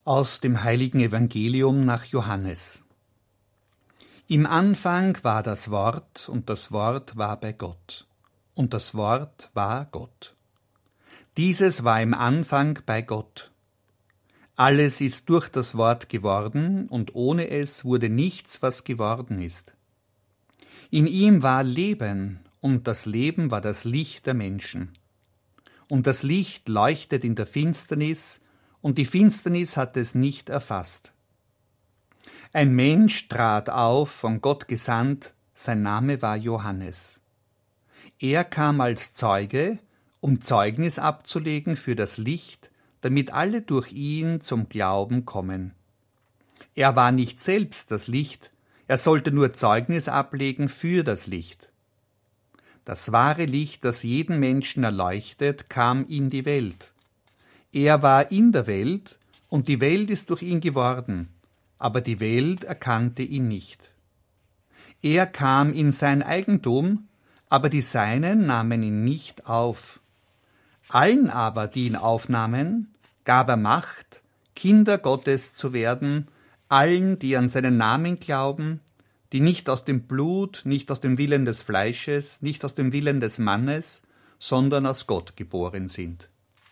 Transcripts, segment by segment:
Aus dem heiligen Evangelium nach Johannes. Im Anfang war das Wort, und das Wort war bei Gott, und das Wort war Gott. Dieses war im Anfang bei Gott. Alles ist durch das Wort geworden, und ohne es wurde nichts, was geworden ist. In ihm war Leben, und das Leben war das Licht der Menschen. Und das Licht leuchtet in der Finsternis, und die Finsternis hat es nicht erfasst. Ein Mensch trat auf, von Gott gesandt, sein Name war Johannes. Er kam als Zeuge, um Zeugnis abzulegen für das Licht, damit alle durch ihn zum Glauben kommen. Er war nicht selbst das Licht, er sollte nur Zeugnis ablegen für das Licht. Das wahre Licht, das jeden Menschen erleuchtet, kam in die Welt. Er war in der Welt, und die Welt ist durch ihn geworden, aber die Welt erkannte ihn nicht. Er kam in sein Eigentum, aber die Seinen nahmen ihn nicht auf. Allen aber, die ihn aufnahmen, gab er Macht, Kinder Gottes zu werden, allen, die an seinen Namen glauben, die nicht aus dem Blut, nicht aus dem Willen des Fleisches, nicht aus dem Willen des Mannes, sondern aus Gott geboren sind.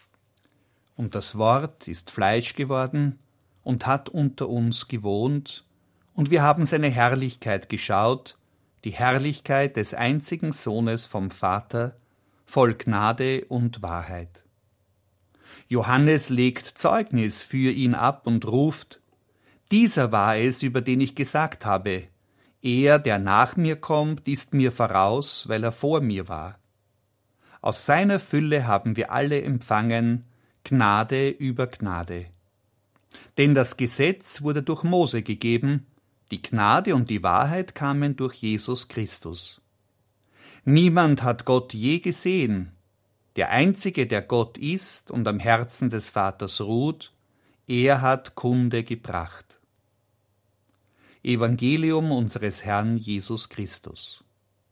Und das Wort ist Fleisch geworden und hat unter uns gewohnt, und wir haben seine Herrlichkeit geschaut, die Herrlichkeit des einzigen Sohnes vom Vater, voll Gnade und Wahrheit. Johannes legt Zeugnis für ihn ab und ruft: Dieser war es, über den ich gesagt habe, er, der nach mir kommt, ist mir voraus, weil er vor mir war. Aus seiner Fülle haben wir alle empfangen, Gnade über Gnade. Denn das Gesetz wurde durch Mose gegeben, die Gnade und die Wahrheit kamen durch Jesus Christus. Niemand hat Gott je gesehen. Der Einzige, der Gott ist und am Herzen des Vaters ruht, er hat Kunde gebracht. Evangelium unseres Herrn Jesus Christus.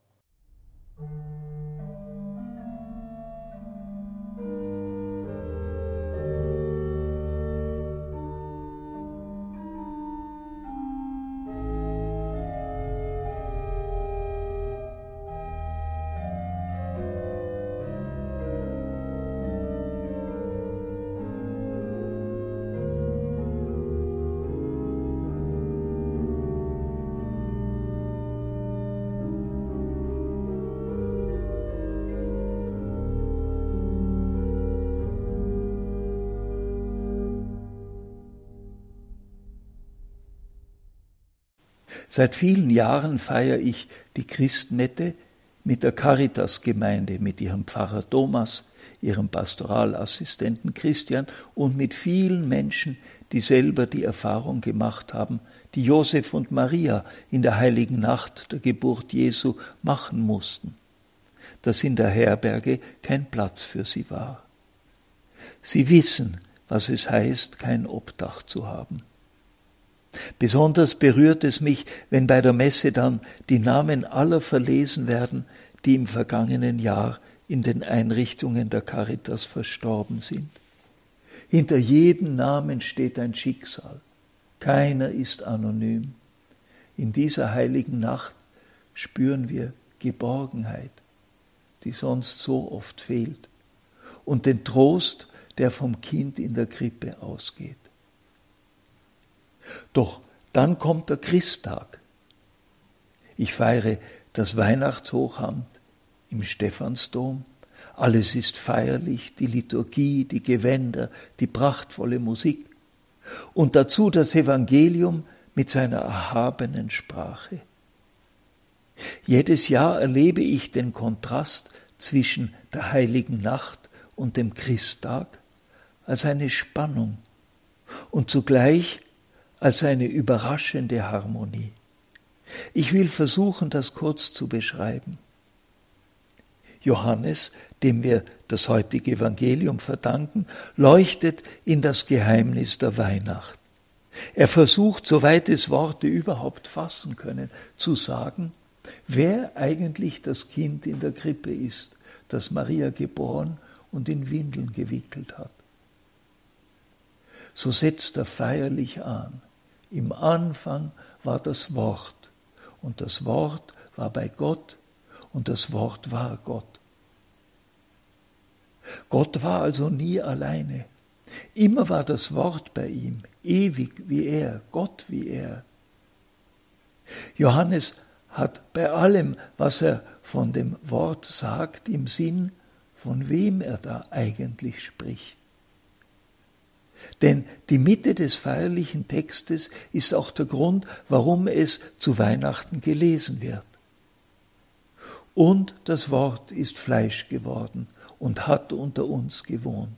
Seit vielen Jahren feiere ich die Christmette mit der Caritas-Gemeinde, mit ihrem Pfarrer Thomas, ihrem Pastoralassistenten Christian und mit vielen Menschen, die selber die Erfahrung gemacht haben, die Josef und Maria in der heiligen Nacht der Geburt Jesu machen mussten, dass in der Herberge kein Platz für sie war. Sie wissen, was es heißt, kein Obdach zu haben. Besonders berührt es mich, wenn bei der Messe dann die Namen aller verlesen werden, die im vergangenen Jahr in den Einrichtungen der Caritas verstorben sind. Hinter jedem Namen steht ein Schicksal. Keiner ist anonym. In dieser heiligen Nacht spüren wir Geborgenheit, die sonst so oft fehlt, und den Trost, der vom Kind in der Krippe ausgeht. Doch dann kommt der Christtag. Ich feiere das Weihnachtshochamt im Stephansdom. Alles ist feierlich, die Liturgie, die Gewänder, die prachtvolle Musik. Und dazu das Evangelium mit seiner erhabenen Sprache. Jedes Jahr erlebe ich den Kontrast zwischen der heiligen Nacht und dem Christtag als eine Spannung und zugleich als eine überraschende Harmonie. Ich will versuchen, das kurz zu beschreiben. Johannes, dem wir das heutige Evangelium verdanken, leuchtet in das Geheimnis der Weihnacht. Er versucht, soweit es Worte überhaupt fassen können, zu sagen, wer eigentlich das Kind in der Krippe ist, das Maria geboren und in Windeln gewickelt hat. so setzt er feierlich an. Im Anfang war das Wort, und das Wort war bei Gott, und das Wort war Gott. Gott war also nie alleine. Immer war das Wort bei ihm, ewig wie er, Gott wie er. Johannes hat bei allem, was er von dem Wort sagt, im Sinn, von wem er da eigentlich spricht. Denn die Mitte des feierlichen Textes ist auch der Grund, warum es zu Weihnachten gelesen wird. Und das Wort ist Fleisch geworden und hat unter uns gewohnt.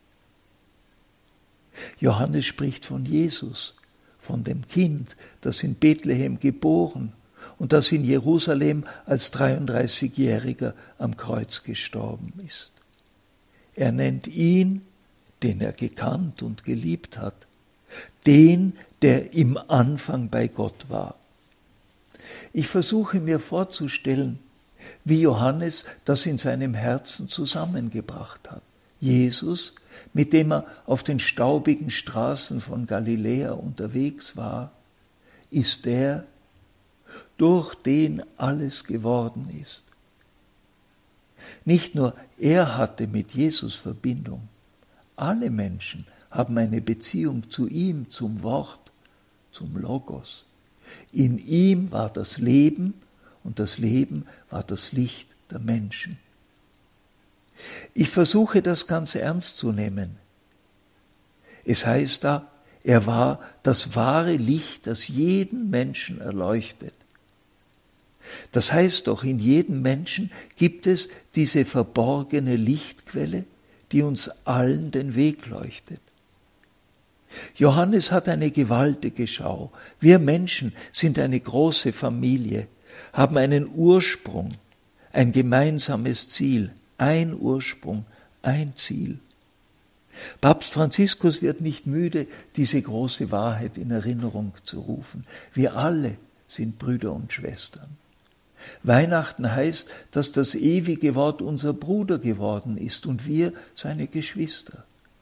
Johannes spricht von Jesus, von dem Kind, das in Bethlehem geboren und das in Jerusalem als 33-Jähriger am Kreuz gestorben ist. Er nennt ihn, den er gekannt und geliebt hat, den, der im Anfang bei Gott war. Ich versuche mir vorzustellen, wie Johannes das in seinem Herzen zusammengebracht hat. Jesus, mit dem er auf den staubigen Straßen von Galiläa unterwegs war, ist der, durch den alles geworden ist. Nicht nur er hatte mit Jesus Verbindung, alle Menschen haben eine Beziehung zu ihm, zum Wort, zum Logos. In ihm war das Leben und das Leben war das Licht der Menschen. Ich versuche das ganz ernst zu nehmen. Es heißt da, er war das wahre Licht, das jeden Menschen erleuchtet. Das heißt doch, in jedem Menschen gibt es diese verborgene Lichtquelle, die uns allen den Weg leuchtet. Johannes hat eine gewaltige Schau. Wir Menschen sind eine große Familie, haben einen Ursprung, ein gemeinsames Ziel, ein Ursprung, ein Ziel. Papst Franziskus wird nicht müde, diese große Wahrheit in Erinnerung zu rufen. Wir alle sind Brüder und Schwestern. Weihnachten heißt, dass das ewige Wort unser Bruder geworden ist und wir seine Geschwister.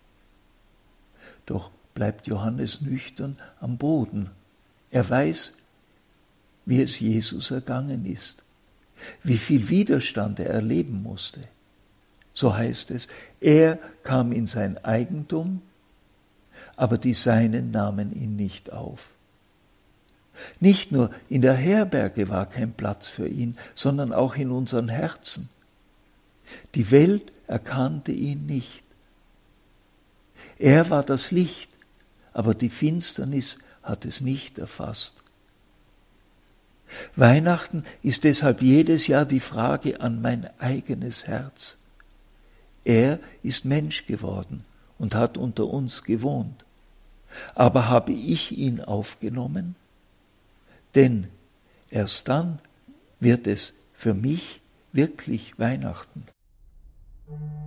Doch bleibt Johannes nüchtern am Boden. Er weiß, wie es Jesus ergangen ist, wie viel Widerstand er erleben musste. So heißt es, er kam in sein Eigentum, aber die Seinen nahmen ihn nicht auf. Nicht nur in der Herberge war kein Platz für ihn, sondern auch in unseren Herzen. Die Welt erkannte ihn nicht. Er war das Licht, aber die Finsternis hat es nicht erfasst. Weihnachten ist deshalb jedes Jahr die Frage an mein eigenes Herz. Er ist Mensch geworden und hat unter uns gewohnt. Aber habe ich ihn aufgenommen? Denn erst dann wird es für mich wirklich Weihnachten.